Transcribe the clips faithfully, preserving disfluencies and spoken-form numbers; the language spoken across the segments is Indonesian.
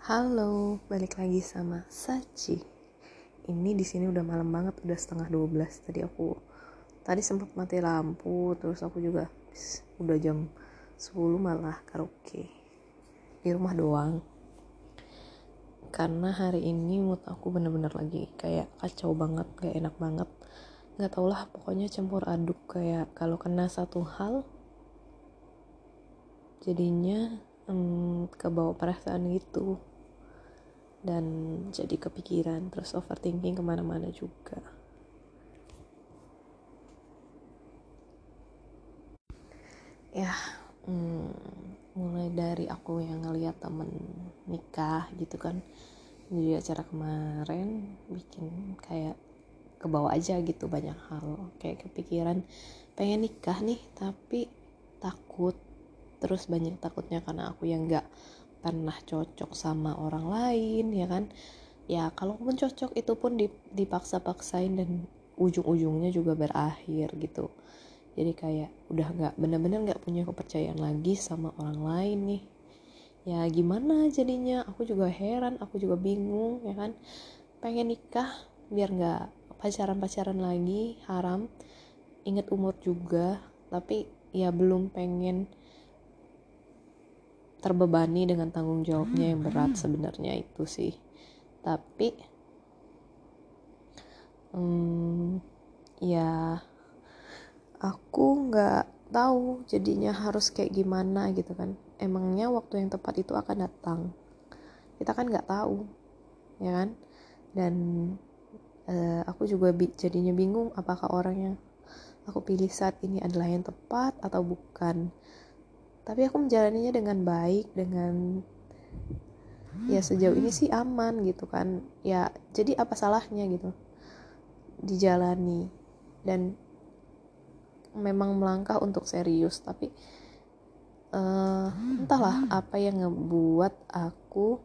Halo, balik lagi sama Sachi. Ini di sini udah malam banget, udah setengah dua belas. Tadi aku tadi sempat mati lampu, terus aku juga udah jam sepuluh malah karaoke di rumah doang. Karena hari ini mood aku bener-bener lagi kayak kacau banget, gak enak banget. Gak tau lah, pokoknya campur aduk kayak kalau kena satu hal jadinya hmm, kebawa perasaan gitu. Dan jadi kepikiran, terus overthinking kemana-mana juga. Ya, hmm, mulai dari aku yang ngeliat temen nikah gitu kan, di acara kemarin bikin kayak kebawa aja gitu banyak hal, kayak kepikiran pengen nikah nih tapi takut, terus banyak takutnya karena aku yang nggak pernah cocok sama orang lain ya kan. Ya kalaupun cocok itu pun dipaksa-paksain dan ujung-ujungnya juga berakhir gitu. Jadi kayak udah gak, bener-bener gak punya kepercayaan lagi sama orang lain nih. Ya gimana jadinya, aku juga heran, aku juga bingung ya kan. Pengen nikah biar gak pacaran-pacaran lagi, haram. Ingat umur juga, tapi ya belum pengen terbebani dengan tanggung jawabnya yang berat sebenarnya itu sih. Tapi hmm, ya aku nggak tahu jadinya harus kayak gimana gitu kan. Emangnya waktu yang tepat itu akan datang, kita kan nggak tahu ya kan. Dan uh, aku juga bi- jadinya bingung apakah orang yang aku pilih saat ini adalah yang tepat atau bukan. Tapi aku menjalaninya dengan baik, dengan ya sejauh ini sih aman gitu kan. Ya jadi apa salahnya gitu dijalani, dan memang melangkah untuk serius. Tapi uh, entahlah apa yang ngebuat aku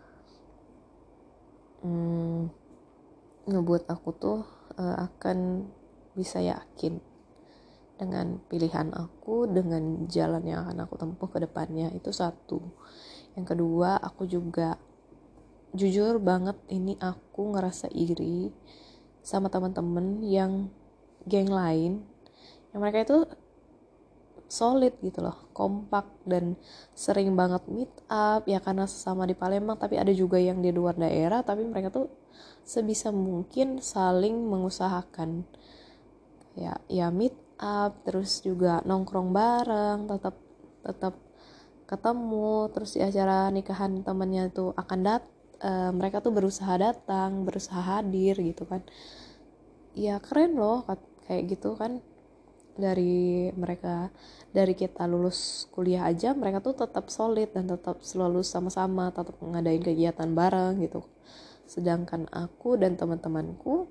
hmm, ngebuat aku tuh uh, akan bisa yakin dengan pilihan aku, dengan jalan yang akan aku tempuh ke depannya. Itu satu. Yang kedua, aku juga jujur banget ini aku ngerasa iri sama teman-teman yang geng lain, yang mereka itu solid gitu loh, kompak dan sering banget meet up ya karena sesama di Palembang. Tapi ada juga yang di luar daerah, tapi mereka tuh sebisa mungkin saling mengusahakan ya ya meet up, terus juga nongkrong bareng, tetap tetap ketemu. Terus di acara nikahan temannya tuh akan dat uh, mereka tuh berusaha datang, berusaha hadir gitu kan. Ya keren loh kayak gitu kan. Dari mereka, dari kita lulus kuliah aja mereka tuh tetap solid dan tetap selalu sama-sama, tetap ngadain kegiatan bareng gitu. Sedangkan aku dan teman-temanku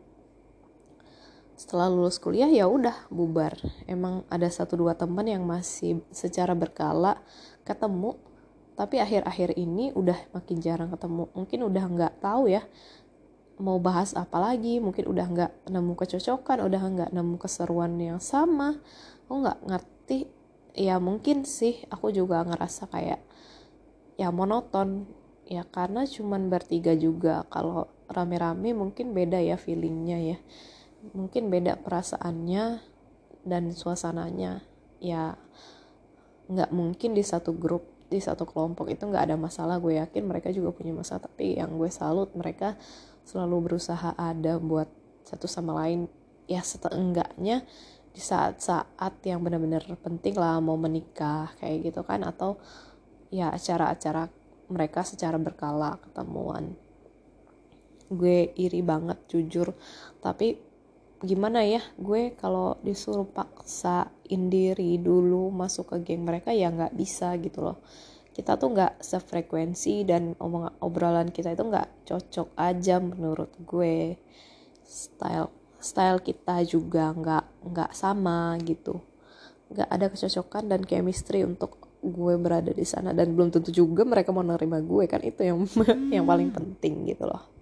setelah lulus kuliah ya udah bubar. Emang ada satu dua teman yang masih secara berkala ketemu, tapi akhir-akhir ini udah makin jarang ketemu. Mungkin udah nggak tahu ya mau bahas apa lagi, mungkin udah nggak nemu kecocokan, udah nggak nemu keseruan yang sama. Aku nggak ngerti. Ya mungkin sih aku juga ngerasa kayak ya monoton ya, karena cuman bertiga juga. Kalau rame-rame mungkin beda ya feelingnya ya, mungkin beda perasaannya dan suasananya. Ya nggak mungkin di satu grup, di satu kelompok itu nggak ada masalah. Gue yakin mereka juga punya masalah, tapi yang gue salut mereka selalu berusaha ada buat satu sama lain. Ya setengahnya di saat-saat yang benar-benar penting lah, mau menikah kayak gitu kan, atau ya acara-acara mereka secara berkala ketemuan. Gue iri banget jujur. Tapi gimana ya, gue kalau disuruh paksain diri dulu masuk ke geng mereka ya nggak bisa gitu loh. Kita tuh nggak sefrekuensi dan omong obrolan kita itu nggak cocok aja menurut gue. Style style kita juga nggak nggak sama gitu, nggak ada kecocokan dan chemistry untuk gue berada di sana, dan belum tentu juga mereka mau nerima gue kan. Itu yang yang paling penting gitu loh.